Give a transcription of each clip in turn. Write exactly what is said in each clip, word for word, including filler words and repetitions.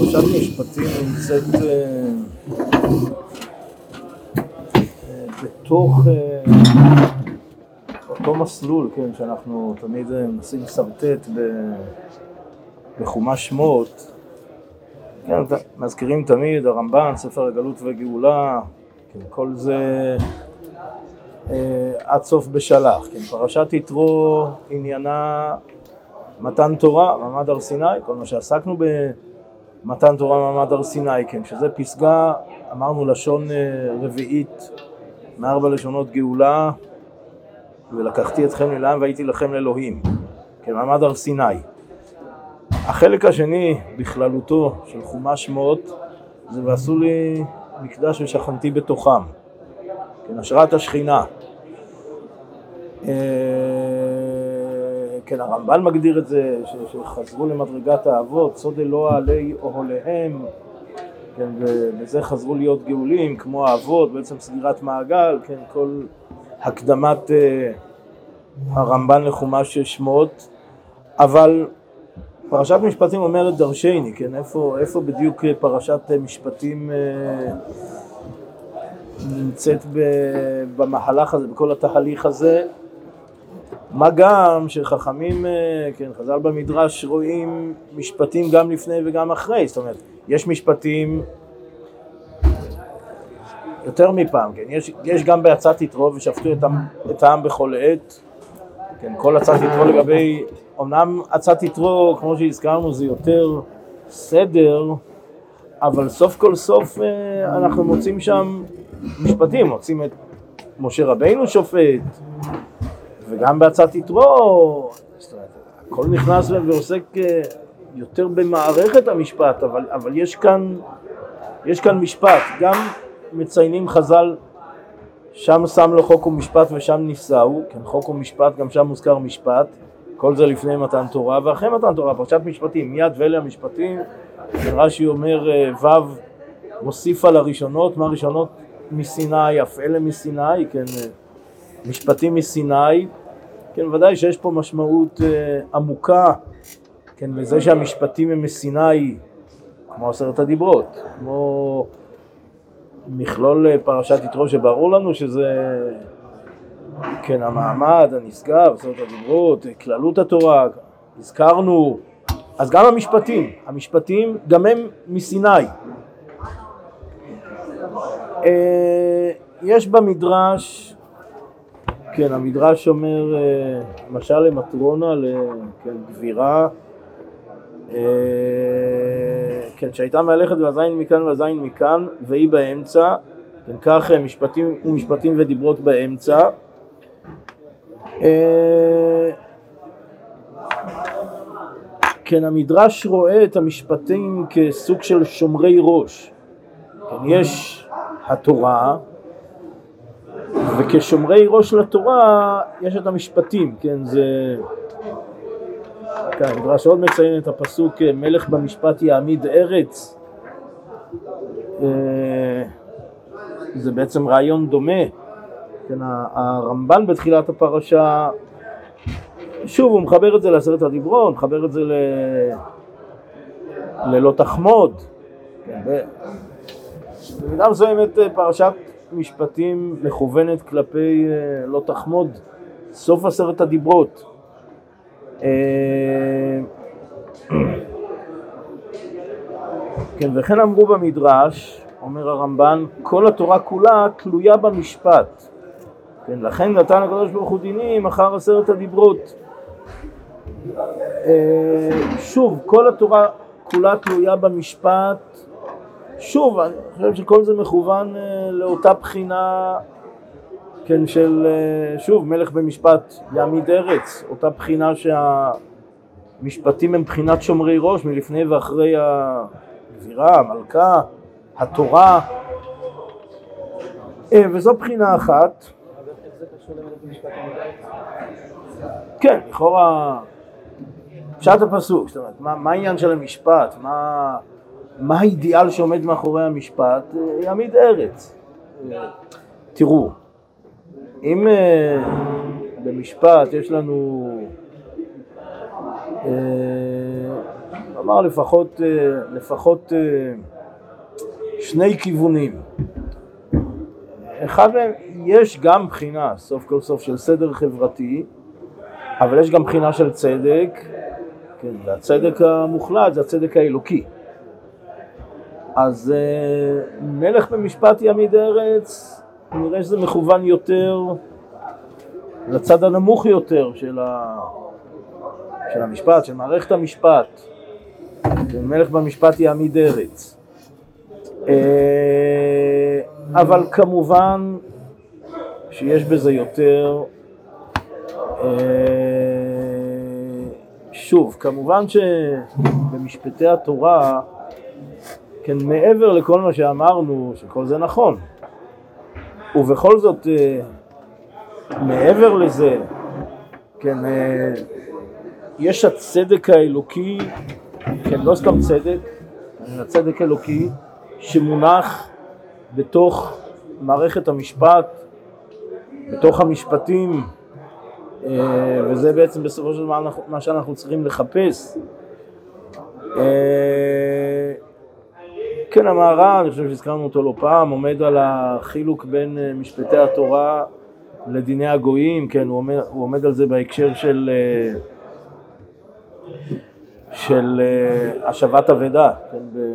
פרשת משפטים נמצאת בתוך אותו מסלול, כן, שאנחנו תמיד מנסים לסרטט בחומש שמות. כן, מזכירים תמיד הרמב"ן, ספר הגלות והגאולה, כן, כל זה עד סוף בשלח. כן, פרשת יתרו עניינה מתן תורה, מעמד הר סיני, כל מה שעסקנו במתן תורה, מעמד הר סיני, כן, שזה פסגה, אמרנו לשון רביעית מארבע לשונות גאולה, ולקחתי אתכם לעם והייתי לכם לאלוהים, כן, מעמד הר סיני. החלק השני בכללותו של חומש שמות זה ועשו לי מקדש ושכנתי בתוכם, כן, השראת השכינה. כן, הרמב"ן מגדיר את זה, שחזרו למדרגת האבות, סוד אלוה עלי אוהליהם, כן, ובזה חזרו להיות גאולים כמו האבות, בעצם סגירת מעגל, כן, כל הקדמת הרמב"ן לחומש שמות. אבל פרשת משפטים אומרת דרשני, כן, איפה, איפה בדיוק פרשת משפטים נמצאת במהלך הזה, בכל התהליך הזה. מה גם שחכמים, כן, חז"ל במדרש רואים משפטים גם לפני וגם אחרי, זאת אומרת, יש משפטים יותר מפעם, כן, יש, יש גם בעצת יתרו ושפטו את העם, את העם בכל עת, כן, כל עצת יתרו לגבי, אמנם עצת יתרו, כמו שהזכרנו, זה יותר סדר, אבל סוף כל סוף אנחנו מוצאים שם משפטים, מוצאים את משה רבינו שופט, וגם בעצת יתרו, זאת אומרת, הכל נכנס להם ועוסק יותר במערכת המשפט, אבל, אבל יש כאן, יש כאן משפט, גם מציינים חז"ל, שם שם לו חוק ומשפט ושם נישאו, כן, חוק ומשפט, גם שם מוזכר משפט, כל זה לפני מתן תורה, ואחרי מתן תורה, פרשת משפטים, מיד ואלה המשפטים, רש"י אומר, ו' מוסיף על הראשונות, מה ראשונות מסיני, אף אלה מסיני, כן, משפטים מסיני, כן, ודאי שיש פה משמעות אה, עמוקה, כן, וזה שהמשפטים הם מסיני, כמו עשרת הדיברות, כמו מכלול פרשת יתרו שברור לנו שזה, כן, המעמד, הנשגב, עשרת הדיברות, כללות התורה, הזכרנו, אז גם המשפטים, המשפטים גם הם מסיני. אה, יש במדרש, כן, המדרש אומר, משל למטרונה, לגבירה, כן, שהייתה מהלכת והזין מכאן והזין מכאן, והיא באמצע, כן, כך משפטים ומשפטים ודיברות באמצע. כן, המדרש רואה את המשפטים כסוג של שומרי ראש. כן, יש התורה, וכשומרי ראש לתורה יש את המשפטים, כן, זה, כן, המדרש עוד מציין את הפסוק מלך במשפט יעמיד ארץ, זה בעצם רעיון דומה, כן, הרמב"ן בתחילת הפרשה, שוב הוא מחבר את זה לעשרת הדיברות, מחבר את זה ל... ללא תחמוד, כן, במידה מסוימת פרשת משפטים מכוונת כלפי לא תחמוד, סוף עשרת הדיברות. כן, וכן אמרו במדרש, אומר הרמב"ן, כל התורה כולה תלויה במשפט. כן, לכן נתן הקדוש ברוך הוא דינים אחר עשרת הדיברות. שוב, כל התורה כולה תלויה במשפט. שוב, אני חושב שכל זה מכוון לאותה בחינה, כן, של, שוב, מלך במשפט יעמיד ארץ, אותה בחינה שהמשפטים הם בחינת שומרי ראש מלפני ואחרי הגבירה, המלכה, התורה, וזו בחינה אחת. כן, לכאורה, פשט הפסוק, זאת אומרת, מה, מה העניין של המשפט, מה... מה האידיאל שעומד מאחורי המשפט? יעמיד ארץ. תראו, אם במשפט יש לנו כלומר לפחות, לפחות שני כיוונים. אחד מהם, יש גם בחינה, סוף כל סוף, של סדר חברתי, אבל יש גם בחינה של צדק, כן, והצדק המוחלט זה הצדק האלוקי. אז מלך במשפט יעמיד ארץ, נראה שזה מכוון יותר לצד הנמוך יותר של, ה... של המשפט, של מערכת המשפט. מלך במשפט יעמיד ארץ. אבל כמובן שיש בזה יותר, שוב, כמובן שבמשפטי התורה, כן, מעבר לכל מה שאמרנו, שכל זה נכון, ובכל זאת, מעבר לזה, כן, יש הצדק האלוקי, כן, לא סתם צדק, הצדק האלוקי, שמונח בתוך מערכת המשפט, בתוך המשפטים, וזה בעצם בסופו של דבר מה שאנחנו צריכים לחפש. כן, המהר"ל, אני חושב שהזכרנו אותו לא פעם, עומד על החילוק בין משפטי התורה לדיני הגויים, כן, הוא עומד, הוא עומד על זה בהקשר של של השבת אבדה, כן,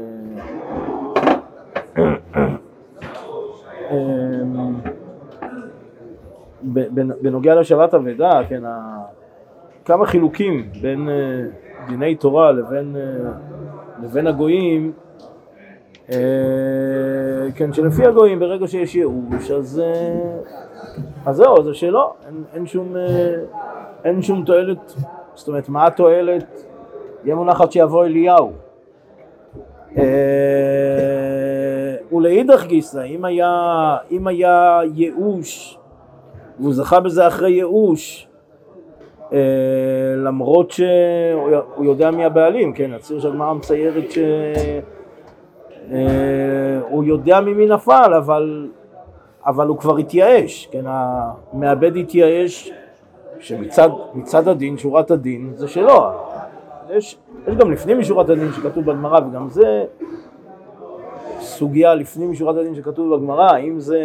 ב... בנוגע לשבת אבדה, כן, כמה חילוקים בין דיני תורה לבין, לבין הגויים, כן, שלפי הגויים ברגע שיש ייאוש, אז, אז זהו, זה שלא, אין, אין שום, אין שום תועלת, זאת אומרת, מה התועלת? יהיה מונחת שיבוא אליהו. ולאידך גיסא, אם היה, אם היה ייאוש, והוא זכה בזה אחרי ייאוש, למרות שהוא יודע מי הבעלים, כן, הציר של גמרא מציירת שהוא יודע ממי נפל, אבל, אבל הוא כבר התייאש, כן, המעבד התייאש, שמצד מצד הדין, שורת הדין, זה שלא. יש, יש גם לפנים משורת הדין שכתוב בגמרא, וגם זה סוגיה לפנים משורת הדין שכתוב בגמרא, אם זה,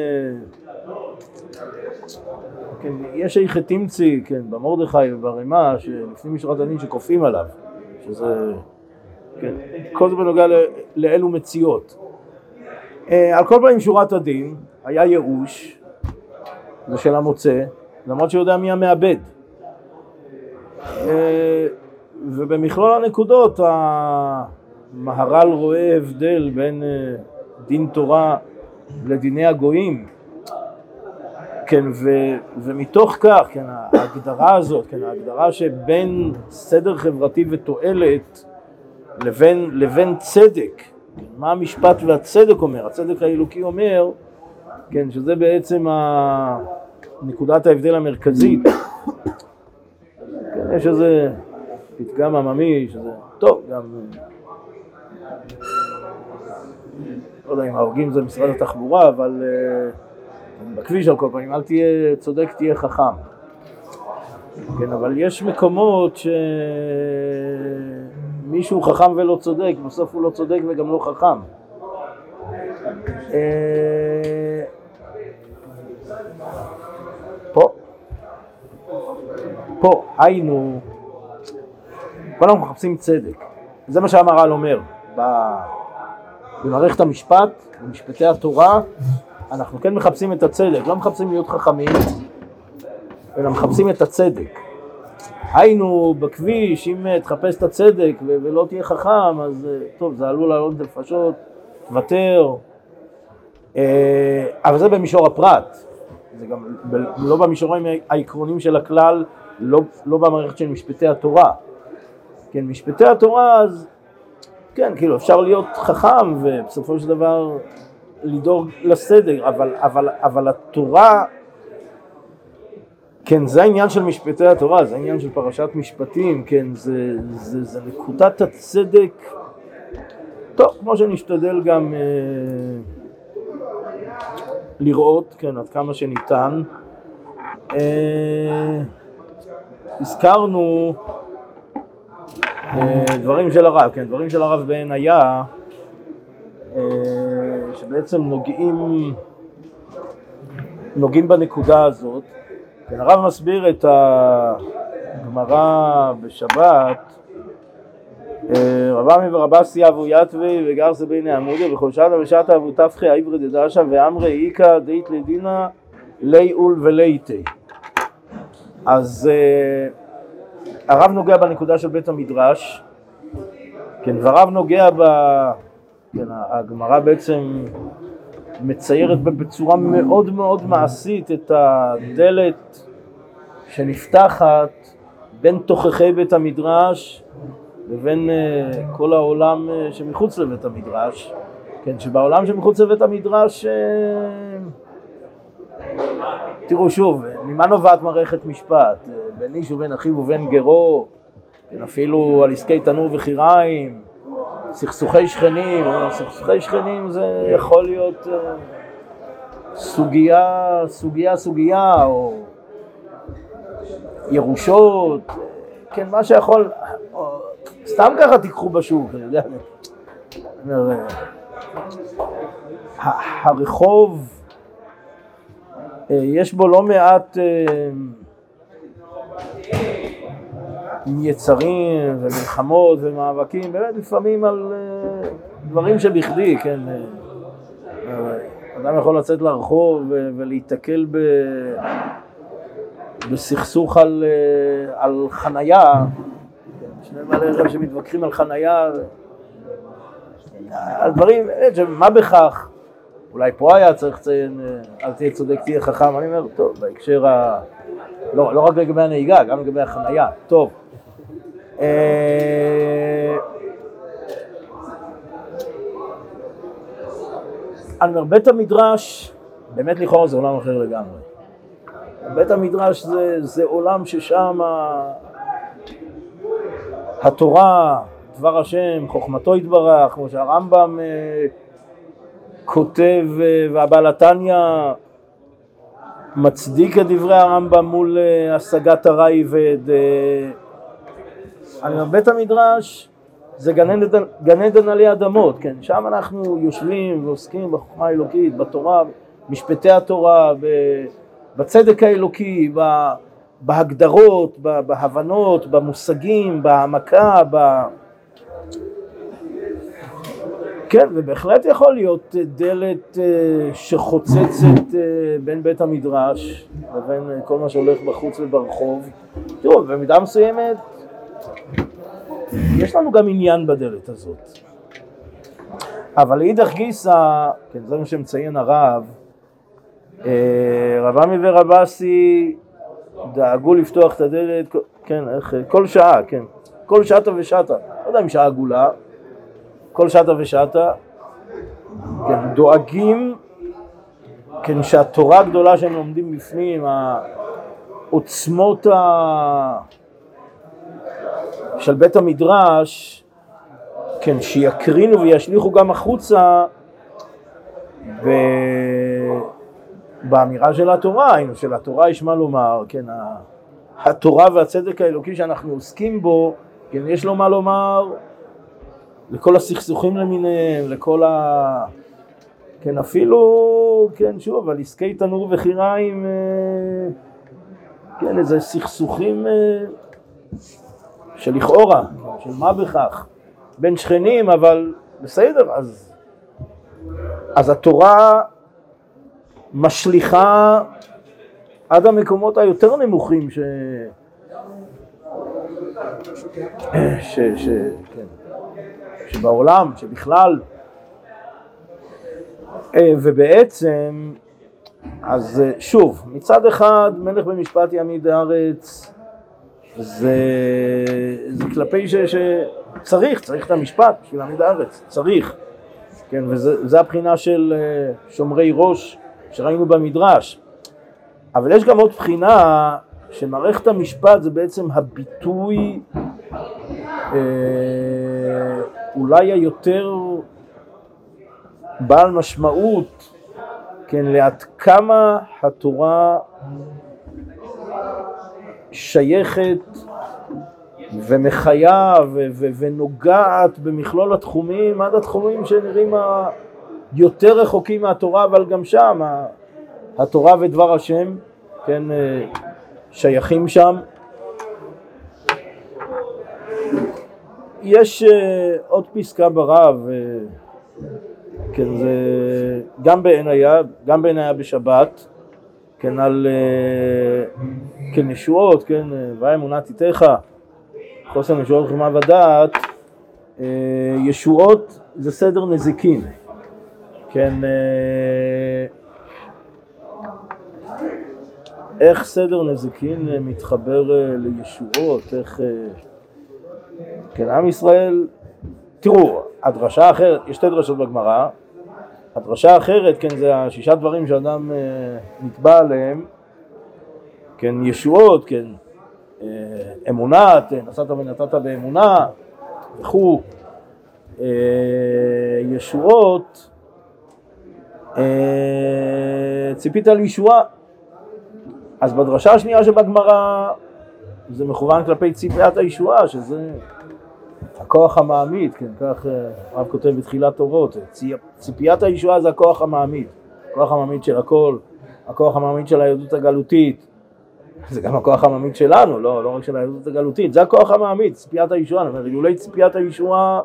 כן, יש איכה תמצי, כן, במרדכי וברמה, שלפנים משורת הדין שכופים עליו, שזה, כן, כל זה בנוגע לאלו מציאות. על כל פעמים שורת הדין היה ייאוש, זה של המוצא, למרות שיודע מי המעבד. ובמכלול הנקודות המהר"ל רואה הבדל בין דין תורה לדיני הגויים, כן, ו, ומתוך כך, כן, ההגדרה הזאת, כן, ההגדרה שבין סדר חברתי ותועלת לבין, לבין צדק, כן, מה המשפט והצדק אומר, הצדק האלוקי אומר, כן, שזה בעצם ה... נקודת ההבדל המרכזית. כן, יש איזה פתגם עממי, שזה טוב, גם לא יודע אם ההוגים זה משרד התחבורה, אבל בכביש על כל פעמים, אל תהיה צודק, תהיה חכם. כן, אבל יש מקומות שמישהו חכם ולא צודק, בסוף הוא לא צודק וגם לא חכם. פה, פה היינו, כל אנחנו מחפשים צדק. זה מה שהמהר"ל אומר. במערכת המשפט, במשפטי התורה, אנחנו כן מחפשים את הצדק, לא מחפשים להיות חכמים, אלא מחפשים את הצדק. היינו בכביש, אם תחפש את הצדק ולא תהיה חכם, אז טוב, זה עלול לעלות נפשות, תוותר. אבל זה במישור הפרט. זה גם לא במישורים העקרוניים של הכלל, לא, לא במערכת של משפטי התורה. כן, משפטי התורה, אז כן, כאילו, אפשר להיות חכם ובסופו של דבר לדאוג לסדר, אבל, אבל, אבל התורה, כן, זה העניין של משפטי התורה, זה העניין של פרשת משפטים, כן, זה, זה, זה נקודת הצדק, טוב, כמו שנשתדל גם אה, לראות, כן, עד כמה שניתן. אה, הזכרנו דברים של הרב, כן, דברים של הרב בעניה, שבעצם נוגעים, נוגעים בנקודה הזאת. כן, הרב מסביר את הגמרא בשבת, רבמי ורבסי אבו יתווי וגרסה ביני עמודי וכל שעת ושעתה אבו תפחי העברי דדשה ואמרי איקה דית לדינה לי אול וליתי. אז הרב נוגע בנקודה של בית המדרש, כן, והרב נוגע ב... כן, הגמרא בעצם מציירת בצורה מאוד מאוד מעשית את הדלת שנפתחת בין תוככי בית המדרש לבין uh, כל העולם uh, שמחוץ לבית המדרש, כן, שבעולם שמחוץ לבית המדרש, uh, תראו שוב, ממה נובעת מערכת משפט? Uh, בין איש ובין אחיו ובין גרו, כן, אפילו על עסקי תנור וחיריים, סכסוכי שכנים, סכסוכי שכנים זה יכול להיות uh, סוגיה, סוגיה, סוגיה, או ירושות, כן, מה שיכול... סתם ככה תיקחו בשוק, אני יודע, אני אומר, הרחוב, יש בו לא מעט יצרים ומלחמות ומאבקים, באמת לפעמים על דברים שבכדי, כן, אדם יכול לצאת לרחוב ולהתקל בסכסוך על, על חנייה, שני בעלי רכב שמתווכחים על חנייה, על דברים, מה בכך? אולי פה היה צריך לציין, אל תהיה צודק, תהיה חכם, אני אומר, טוב, בהקשר ה... לא, לא רק לגבי הנהיגה, גם לגבי החנייה, טוב. אני אומר, בית המדרש, באמת לכאורה זה עולם אחר לגמרי. בית המדרש זה, זה עולם ששם התורה, דבר השם, חוכמתו יתברך, כמו שהרמב"ם אה, כותב, אה, והבעל התניא מצדיק את דברי הרמב"ם מול אה, השגת הרייבד. אה, אני אומר, בית המדרש זה גן עדן, גן עדן עלי אדמות, כן? שם אנחנו יושבים ועוסקים בחוכמה האלוקית, בתורה, משפטי התורה, בצדק האלוקי, ב... בהגדרות, בהבנות, במושגים, בהעמקה, ב... כן, ובהחלט יכול להיות דלת שחוצצת בין בית המדרש לבין כל מה שהולך בחוץ וברחוב. תראו, במידה מסוימת יש לנו גם עניין בדלת הזאת. אבל לאידך גיסא, כן, זה מה שמציין הרב, רבמי ורבסי דאגו לפתוח את הדלת, כן, איך, כל שעה, כן, כל שעתה ושעתה, לא יודע אם שעה עגולה, כל שעתה ושעתה, כן, דואגים, כן, שהתורה הגדולה שהם לומדים בפנים, העוצמות ה... של בית המדרש, כן, שיקרינו וישליחו גם החוצה, ב... באמירה של התורה, היינו של התורה יש מה לומר, כן, התורה והצדק האלוקי שאנחנו עוסקים בו, כן, יש לו מה לומר לכל הסכסוכים למיניהם, לכל ה... כן, אפילו, כן, שוב, על עסקי תנור וחיריים, כן, איזה סכסוכים של לכאורה, של מה בכך, בין שכנים, אבל בסדר, אז, אז התורה משליחה עד המקומות היותר נמוכים ש... ש... ש... כן. שבעולם, שבכלל. ובעצם, אז שוב, מצד אחד מלך במשפט יעמיד הארץ, זה, זה כלפי ש... שצריך, צריך את המשפט בשביל להעמיד הארץ, צריך. כן, וזה הבחינה של שומרי ראש שראינו במדרש. אבל יש גם עוד בחינה שמערכת המשפט זה בעצם הביטוי אה, אולי היותר בעל משמעות, כן, לעד כמה התורה שייכת ומחיה ו- ו- ונוגעת במכלול התחומים, עד התחומים שנראים יותר רחוקים מהתורה, אבל גם שם התורה ודבר השם, כן, שייכים שם. יש עוד פסקה ברב, כן, זה גם בעיניה, גם בעיניה בשבת, כן, על, כן, ישועות, כן, והאמונה תיתך, חוסר ישועות חוכמה ודעת. ישועות זה סדר נזיקין, כן, איך סדר נזיקין מתחבר לישועות, איך, כן, עם ישראל, תראו, הדרשה האחרת, יש שתי דרשות בגמרא, הדרשה האחרת, כן, זה השישה דברים שאדם נתבע עליהם, כן, ישועות, כן, אמונה, נסעת ונתת באמונה, וכו', ישועות, ציפית לישועה. אז בדרשה השנייה שבגמרא זה מכוון כלפי ציפיית הישועה, שזה הכוח המעמיד, כן, כך הרב כותב בתחילת תורות, ציפיית הישועה זה הכוח המעמיד, הכוח המעמיד של הכל, הכוח המעמיד של היהדות הגלותית, זה גם הכוח המעמיד שלנו, לא, לא רק של היהדות הגלותית, זה הכוח המעמיד, ציפיית הישועה. אני אומר, אילולי ציפיית הישועה,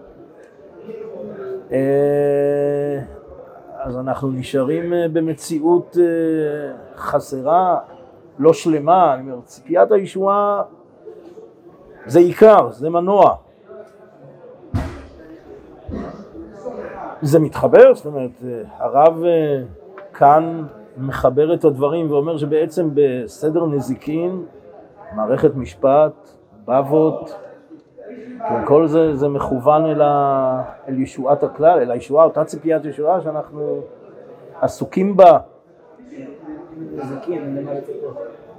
אז אנחנו נשארים במציאות חסרה, לא שלמה. אני אומר, ציפיית הישועה זה עיקר, זה מנוע. זה מתחבר, זאת אומרת, הרב כאן מחבר את הדברים ואומר שבעצם בסדר נזיקין, מערכת משפט, בבות, כל זה, זה מכוון אל, ה, אל ישועת הכלל, אל הישועה, אותה ציפיית ישועה שאנחנו עסוקים בה. נזיקין, למה לציפות?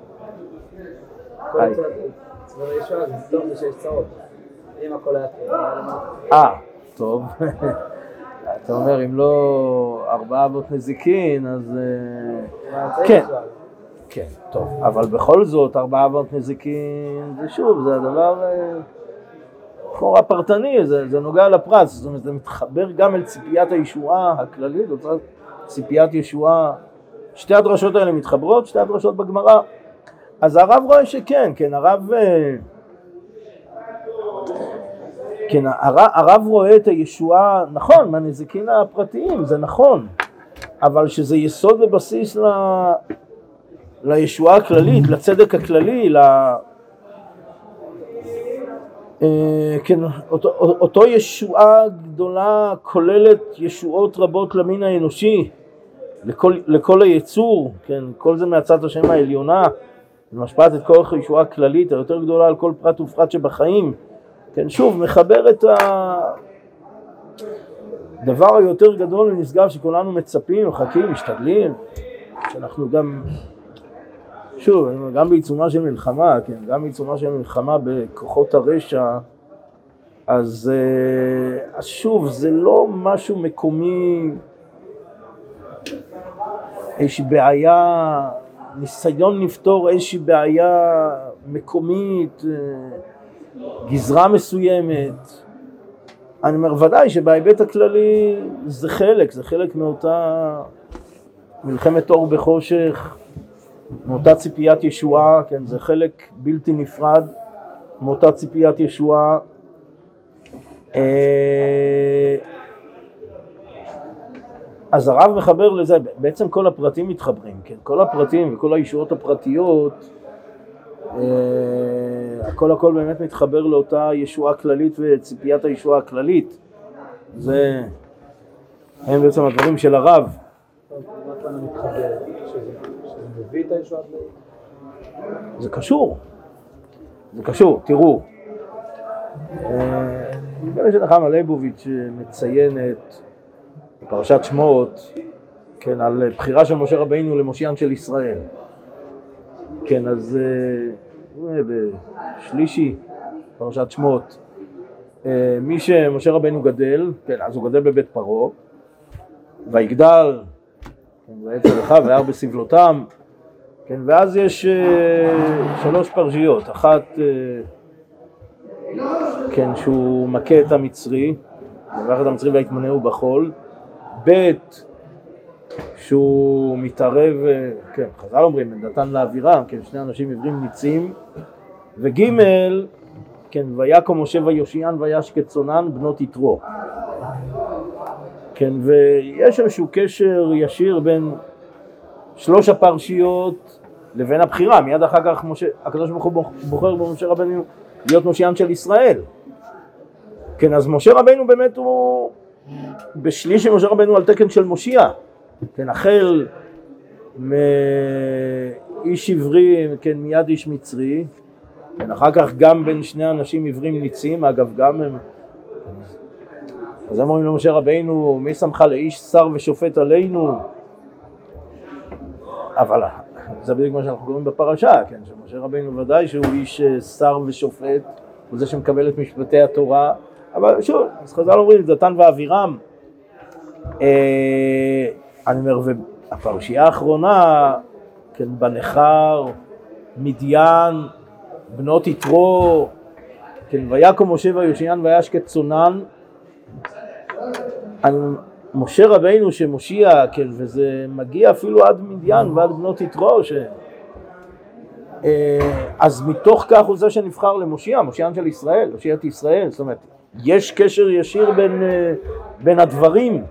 כל צבא הישועה זה טוב זה שיש צרות. אם הכל היה טוב. אה, טוב. אתה אומר, אם לא ארבעה אבות נזיקין, אז כן, כן, טוב, אבל בכל זאת, ארבעה אבות נזיקין, זה שוב, זה הדבר לכאורה פרטני, זה, זה נוגע לפרט, זאת אומרת, זה מתחבר גם אל ציפיית הישועה הכללית, אותה ציפיית ישועה, שתי הדרשות האלה מתחברות, שתי הדרשות בגמרא, אז הרב רואה שכן, כן, הרב... כן, הרב, הרב רואה את הישועה, נכון, מהנזיקין הפרטיים, זה נכון, אבל שזה יסוד ובסיס ל... לישועה הכללית, לצדק הכללי, ל... כן, אותו, אותו ישועה גדולה כוללת ישועות רבות למין האנושי, לכל, לכל היצור, כן, כל זה מהצד השם העליונה, ומשפעת את כל הישועה הכללית, היותר גדולה על כל פרט ופרט שבחיים, כן, שוב, מחבר את הדבר היותר גדול ונשגב שכולנו מצפים, מחכים, משתדלים, שאנחנו גם, שוב, גם בעיצומה של מלחמה, כן, גם בעיצומה של מלחמה בכוחות הרשע, אז, אז שוב, זה לא משהו מקומי, איזושהי בעיה, ניסיון לפתור איזושהי בעיה מקומית, גזרה מסוימת. אני אומר, ודאי שבהיבט הכללי זה חלק, זה חלק מאותה מלחמת אור בחושך, מאותה ציפיית ישועה, כן, זה חלק בלתי נפרד מאותה ציפיית ישועה. אז הרב מחבר לזה, בעצם כל הפרטים מתחברים, כן, כל הפרטים וכל הישועות הפרטיות, הכל הכל באמת מתחבר לאותה ישועה כללית וציפיית הישועה הכללית. זה הם בעצם הדברים של הרב. מה כאן מתחבר? שזה מביא את הישועה הכללית? זה קשור. זה קשור, תראו. יש נחמה ליבוביץ' מציינת בפרשת שמות, כן, על בחירה של משה רבינו למושיען של ישראל. כן, אז בשלישי, פרשת שמות, מי שמשה רבינו גדל, כן, אז הוא גדל בבית פרעה, ויגדל, כן, ויצא לך וירא בסבלותם, כן, ואז יש שלוש פרשיות, אחת כן, שהוא מכה את המצרי, מברך את המצרי והתמנעו בחול, ב' שהוא מתערב, כן, חז"ל אומרים, נתן לאבירם, כן, שני אנשים עברים ניצים, וג' כן, ויקום משה ויושיען וישק צונן בנות יתרו. כן, ויש איזשהו קשר ישיר בין שלוש הפרשיות לבין הבחירה. מיד אחר כך משה, הקדוש ברוך הוא בוחר במשה רבנו להיות מושיען של ישראל. כן, אז משה רבנו באמת הוא בשליש של משה רבנו על תקן של מושיע. כן, החל מאיש עברי, כן, מיד איש מצרי, כן, אחר כך גם בין שני אנשים עברים ניצים, אגב גם הם, אז הם אומרים למשה רבינו, מי שמך לאיש שר ושופט עלינו? אבל זה בדיוק מה שאנחנו קוראים בפרשה, כן, שמשה רבינו ודאי שהוא איש שר ושופט, הוא זה שמקבל את משפטי התורה, אבל שוב, אז חז"ל אומרים, דתן ואבירם, אה, אני אומר, והפרשייה האחרונה, כן, בנחר, מדיין, בנות יתרו, כן, ויקום משה ויושיען וישק צונן, אני, משה רבינו שמושיע, כן, וזה מגיע אפילו עד מדיין ועד בנות יתרו, ש... אז מתוך כך הוא זה שנבחר למושיע, מושיען של ישראל, מושיעת ישראל, זאת אומרת, יש קשר ישיר בין, בין הדברים.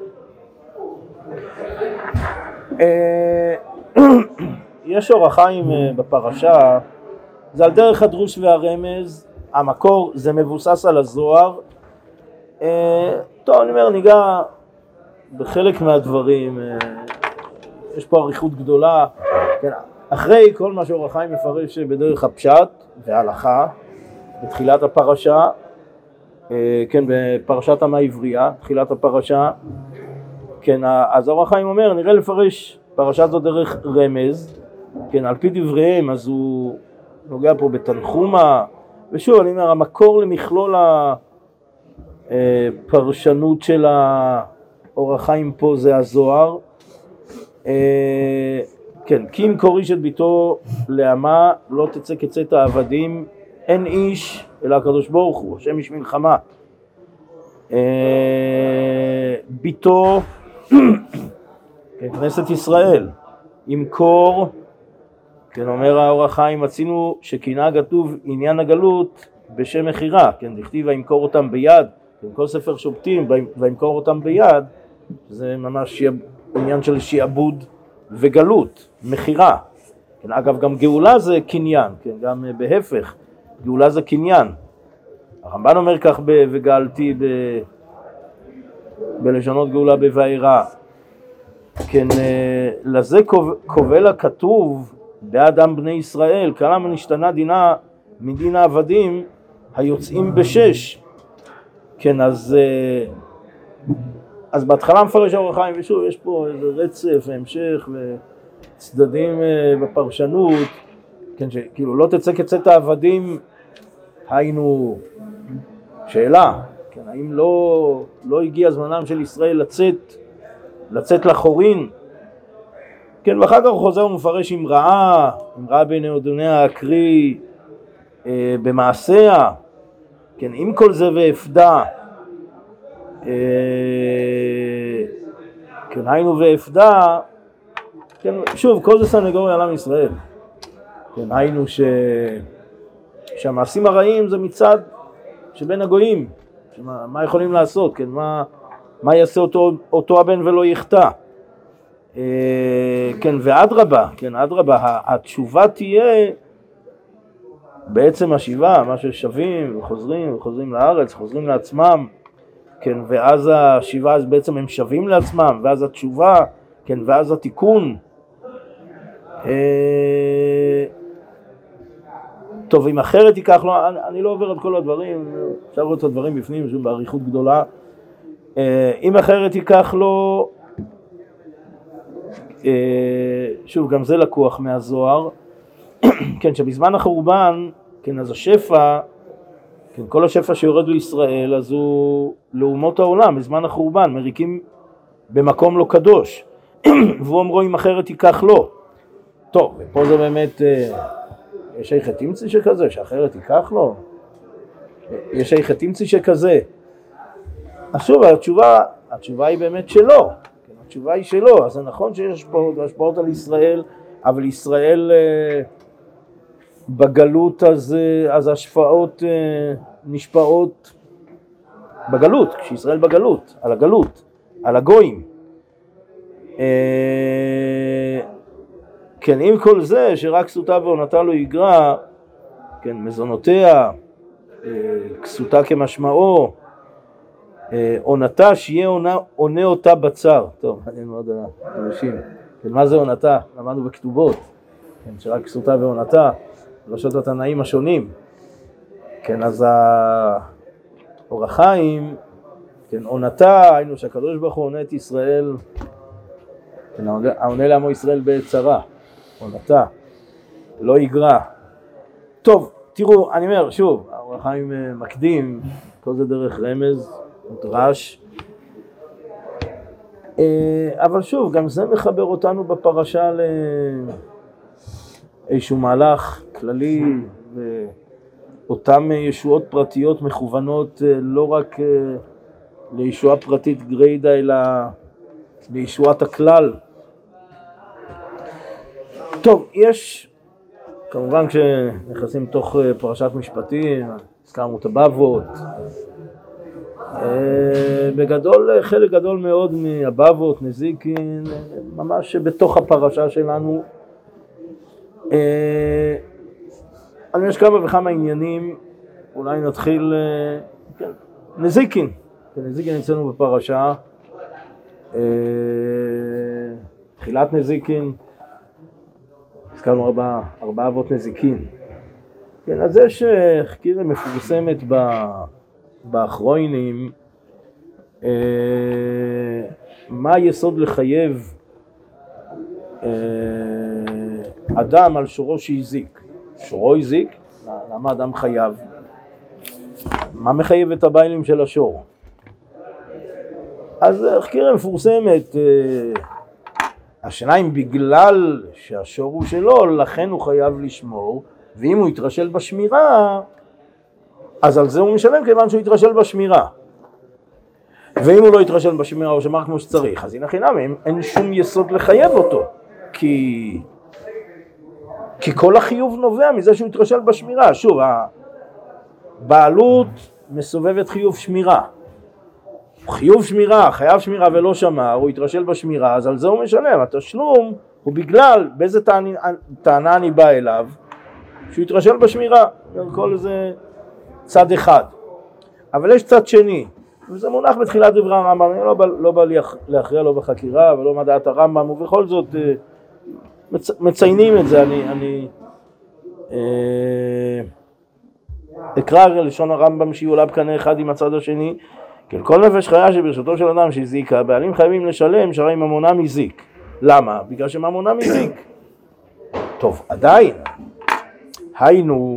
יש אור החיים בפרשה, זה על דרך הדרוש והרמז, המקור זה מבוסס על הזוהר. טוב, אני אומר, ניגע בחלק מהדברים, יש פה עריכות גדולה, כן, אחרי כל מה שאור החיים מפרש בדרך הפשט וההלכה, בתחילת הפרשה, כן, בפרשת עם העברייה, תחילת הפרשה, כן, אז אור החיים אומר, נראה לפרש פרשה זו דרך רמז, כן, על פי דבריהם, אז הוא נוגע פה בתנחומה, ושוב, אני אומר, המקור למכלול הפרשנות של האור החיים פה זה הזוהר, כן, כי אם קוריש את ביתו לעמה, לא תצא כצאת העבדים, אין איש אלא הקדוש ברוך הוא, השם איש מלחמה. ביתו, כן, כנסת ישראל, עם קור, כן, אומר האור החיים, מצינו שכינה כתוב עניין הגלות בשם מחירה, כן, דכתיב וימכור אותם ביד, כן, כל ספר שופטים וימכור אותם ביד, זה ממש עניין של שיעבוד וגלות, מחירה. כן, אגב, גם גאולה זה קניין, כן, גם בהפך, גאולה זה קניין. הרמב"ן אומר כך ב- וגאלתי ב... בלשונות גאולה בבארה. כן, לזה קובל הכתוב באדם בני ישראל, כלם נשתנה דינה מדין העבדים היוצאים בשש. כן, אז אז בהתחלה מפרש האור החיים, ושוב יש פה איזה רצף והמשך וצדדים בפרשנות, כן, שכאילו לא תצא כצאת העבדים, היינו שאלה, כן, האם לא, לא הגיע זמנם של ישראל לצאת, לצאת לחורין, כן, ואחר כך הוא חוזר ומפרש עם רעה, עם רעה בין אדוניה הקרי אה, במעשיה, כן, עם כל זה ואפדה, אה, כן, היינו ואפדה, כן, שוב, כל זה סנגוריה על עם ישראל, כן, היינו ש... שהמעשים הרעים זה מצד שבין הגויים, שמה, מה יכולים לעשות, כן, מה, מה יעשה אותו, אותו הבן ולא יחטא, אה, כן, ואדרבה, כן, אדרבה, התשובה תהיה בעצם השיבה, מה ששבים וחוזרים וחוזרים לארץ, חוזרים לעצמם, כן, ואז השיבה, אז בעצם הם שבים לעצמם, ואז התשובה, כן, ואז התיקון, אה, טוב, אם אחרת ייקח לו, אני, אני לא עובר את כל הדברים, אפשר לראות את הדברים בפנים, שוב, בעריכות גדולה. אם אחרת ייקח לו, שוב, גם זה לקוח מהזוהר, כן, שבזמן החורבן, כן, אז השפע, כן, כל השפע שיורד לישראל, אז הוא לאומות העולם, בזמן החורבן, מריקים במקום לא קדוש, והוא אומרו, אם אחרת ייקח לו. טוב, ופה זה באמת... יש איכה תמצא שכזה, שאחרת ייקח לו? יש איכה תמצי שכזה. אז שוב, התשובה, התשובה היא באמת שלא. התשובה היא שלא. אז זה נכון שיש פה השפעות על ישראל, אבל ישראל בגלות אז, אז השפעות נשפעות בגלות, כשישראל בגלות, על הגלות, על הגויים. כן, עם כל זה שרק כסותה ועונתה לא יגרע, כן, מזונותיה, כסותה כמשמעו, עונתה שיהיה עונה, עונה אותה בצר. טוב, מעניין מאוד האנשים. כן, מה זה עונתה? למדנו בכתובות, כן, שרק כסותה ועונתה, ראשות התנאים השונים. כן, אז האור החיים, כן, עונתה, היינו שהקדוש ברוך הוא עונה את ישראל, כן, העונה לעמו ישראל בעת צרה, עונתה, לא יגרע. טוב, תראו, אני אומר, שוב, האור החיים מקדים, כל זה דרך רמז, דרש, אבל שוב, גם זה מחבר אותנו בפרשה לאיזשהו מהלך כללי, ואותם ישועות פרטיות מכוונות לא רק לישועה פרטית גריידה, אלא לישועת הכלל. טוב, יש, כמובן כשנכנסים תוך פרשת משפטים, הזכרנו את הבבות, בגדול, חלק גדול מאוד מהבבות, נזיקין, ממש בתוך הפרשה שלנו. אני יש כמה וכמה עניינים, אולי נתחיל, כן, נזיקין, נזיקין אצלנו בפרשה, תחילת נזיקין, הזכרנו ארבע, ארבע אבות נזיקין. כן, אז יש חקירה מפורסמת באחרונים, מה היסוד לחייב אדם על שורו שהזיק? שורו הזיק, למה אדם חייב? מה מחייב את הבעלים של השור? אז חקירה מפורסמת, השאלה אם בגלל שהשור הוא שלו, לכן הוא חייב לשמור, ואם הוא יתרשל בשמירה, אז על זה הוא משלם כיוון שהוא יתרשל בשמירה. ואם הוא לא יתרשל בשמירה או שמר כמו שצריך, אז הנה חינם, אין שום יסוד לחייב אותו, כי, כי כל החיוב נובע מזה שהוא יתרשל בשמירה. שוב, הבעלות מסובבת חיוב שמירה. חיוב שמירה, חייב שמירה ולא שמר, הוא יתרשל בשמירה, אז על זה הוא משלם. התשלום הוא בגלל באיזה טענה, טענה אני בא אליו, שהוא יתרשל בשמירה. כל זה צד אחד. אבל יש צד שני, וזה מונח בתחילת דברי הרמב"ם, אני לא בא, לא בא להכריע לא בחקירה ולא מדעת הרמב"ם, ובכל זאת מצ, מציינים את זה. אני, אני אה, אקרא לשון הרמב"ם שהיא עולה בקנה אחד עם הצד השני. כן, כל נפש חיה שברשותו של אדם שהזיקה, בעלים חייבים לשלם שהרי ממונה מזיק. למה? בגלל שממונה מזיק. טוב, עדיין, היינו,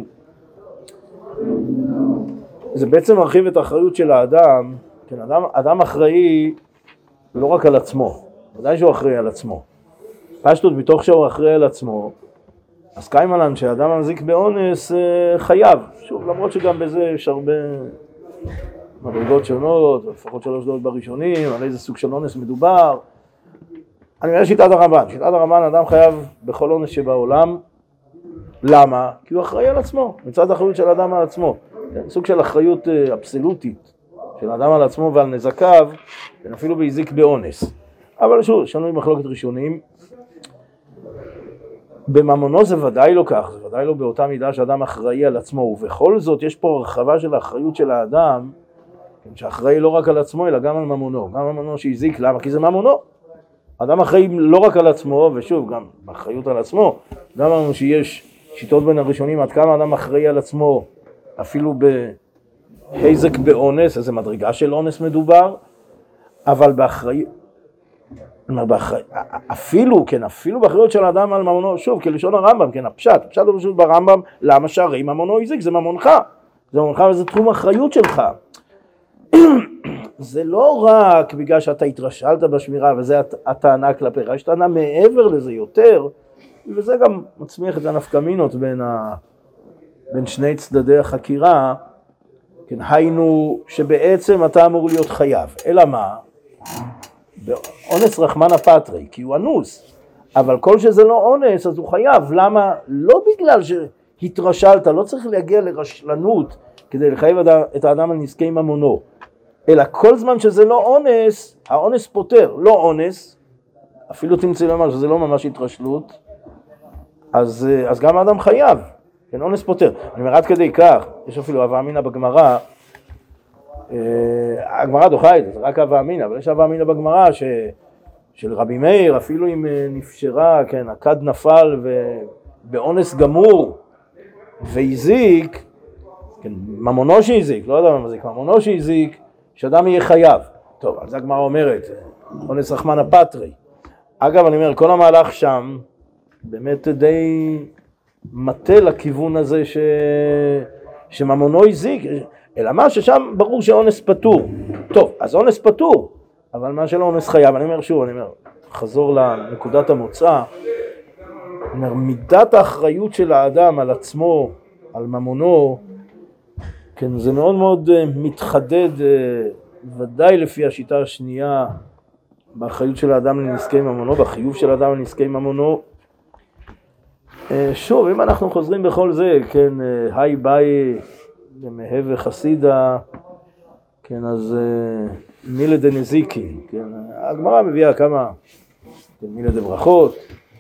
זה בעצם מרחיב את האחריות של האדם. כן, אדם, אדם אחראי לא רק על עצמו, ודאי שהוא אחראי על עצמו. פשטות בתוך שהוא אחראי על עצמו, אז קיים עליו שאדם מזיק באונס חייב. שוב, למרות שגם בזה יש הרבה מדרגות שונות, לפחות שלוש דעות בראשונים, על איזה סוג של אונס מדובר. אני אומר שיטת הרמב"ן. שיטת הרמב"ן, אדם חייב בכל אונס שבעולם. למה? כי הוא אחראי על עצמו, מצד האחריות של האדם על עצמו. סוג של אחריות אבסולוטית של האדם על עצמו ועל נזקיו, אפילו בהזיק באונס. אבל שוב, שנוי מחלוקת ראשונים. בממונו זה ודאי לא כך, זה ודאי לא באותה מידה שאדם אחראי על עצמו, ובכל זאת יש פה הרחבה של האחריות של האדם, שאחראי לא רק על עצמו אלא גם על ממונו, גם ממונו שהזיק. למה? כי זה ממונו. האדם אחראי לא רק על עצמו, ושוב, גם באחריות על עצמו, גם אמרנו שיש שיטות בין הראשונים עד כמה אדם אחראי על עצמו, אפילו בהזק באונס, איזה מדרגה של אונס מדובר, אבל באחראי, באחראי, אפילו, כן, אפילו באחריות של האדם על ממונו, שוב, כלשון הרמב"ם, כן, הפשט, הפשט הוא פשוט ברמב"ם, למה שהרי ממונו הזיק, זה ממונך, זה ממונך וזה תחום האחריות שלך. זה לא רק בגלל שאתה התרשלת בשמירה וזה הטענה כלפיך, יש טענה מעבר לזה יותר, וזה גם מצמיח את הנפקמינות בין, ה... בין שני צדדי החקירה. כן, היינו שבעצם אתה אמור להיות חייב, אלא מה? באונס רחמנא פטרי, כי הוא אנוס, אבל כל שזה לא אונס אז הוא חייב. למה? לא בגלל שהתרשלת, לא צריך להגיע לרשלנות כדי לחייב את האדם על נזקי ממונו, אלא כל זמן שזה לא אונס, האונס פותר. לא אונס, אפילו תמצא לומר שזה לא ממש התרשלות, אז, אז גם האדם חייב, כן, אונס פותר. אני אומר עד כדי כך, יש אפילו הווה אמינא בגמרא, הגמרא דוחה את זה, זה רק הווה אמינא, אבל יש הווה אמינא בגמרא ש... של רבי מאיר, אפילו אם נפשרה, כן, הכד נפל ובאונס גמור והזיק, כן, ממונו שהזיק, לא יודע מה זה, ממונו שהזיק, שאדם יהיה חייב. טוב, אז הגמרא אומרת, אונס רחמנא פטרי. אגב, אני אומר, כל המהלך שם, באמת די מטה לכיוון הזה ש... שממונו הזיק, אלא מה ששם ברור שאונס פטור. טוב, אז אונס פטור, אבל מה שלא אונס חייב. אני אומר שוב, אני אומר, חזור לנקודת המוצא, אני אומר, מידת האחריות של האדם על עצמו, על ממונו, כן, זה מאוד מאוד מתחדד, ודאי לפי השיטה השנייה, באחריות של האדם לנזקי ממונו, בחיוב של האדם לנזקי ממונו. שוב, אם אנחנו חוזרים בכל זה, כן, היי ביי, מהווה חסידה, כן, אז מילה דנזיקין, כן, הגמרא מביאה כמה, כן, מילה דברכות,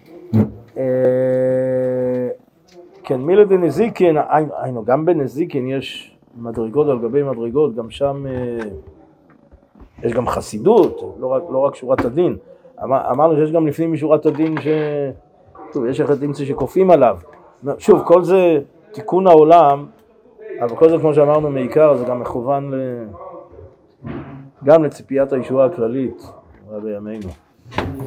כן, מילה דנזיקין, היינו, גם בנזיקין יש מדרגות על גבי מדרגות, גם שם יש גם חסידות, לא רק, לא רק שורת הדין. אמר, אמרנו שיש גם לפנים משורת הדין ש... טוב, יש אחד תמצא שקופים עליו. שוב, כל זה תיקון העולם, אבל כל זה כמו שאמרנו מעיקר, זה גם מכוון ל... גם לציפיית הישועה הכללית בימינו.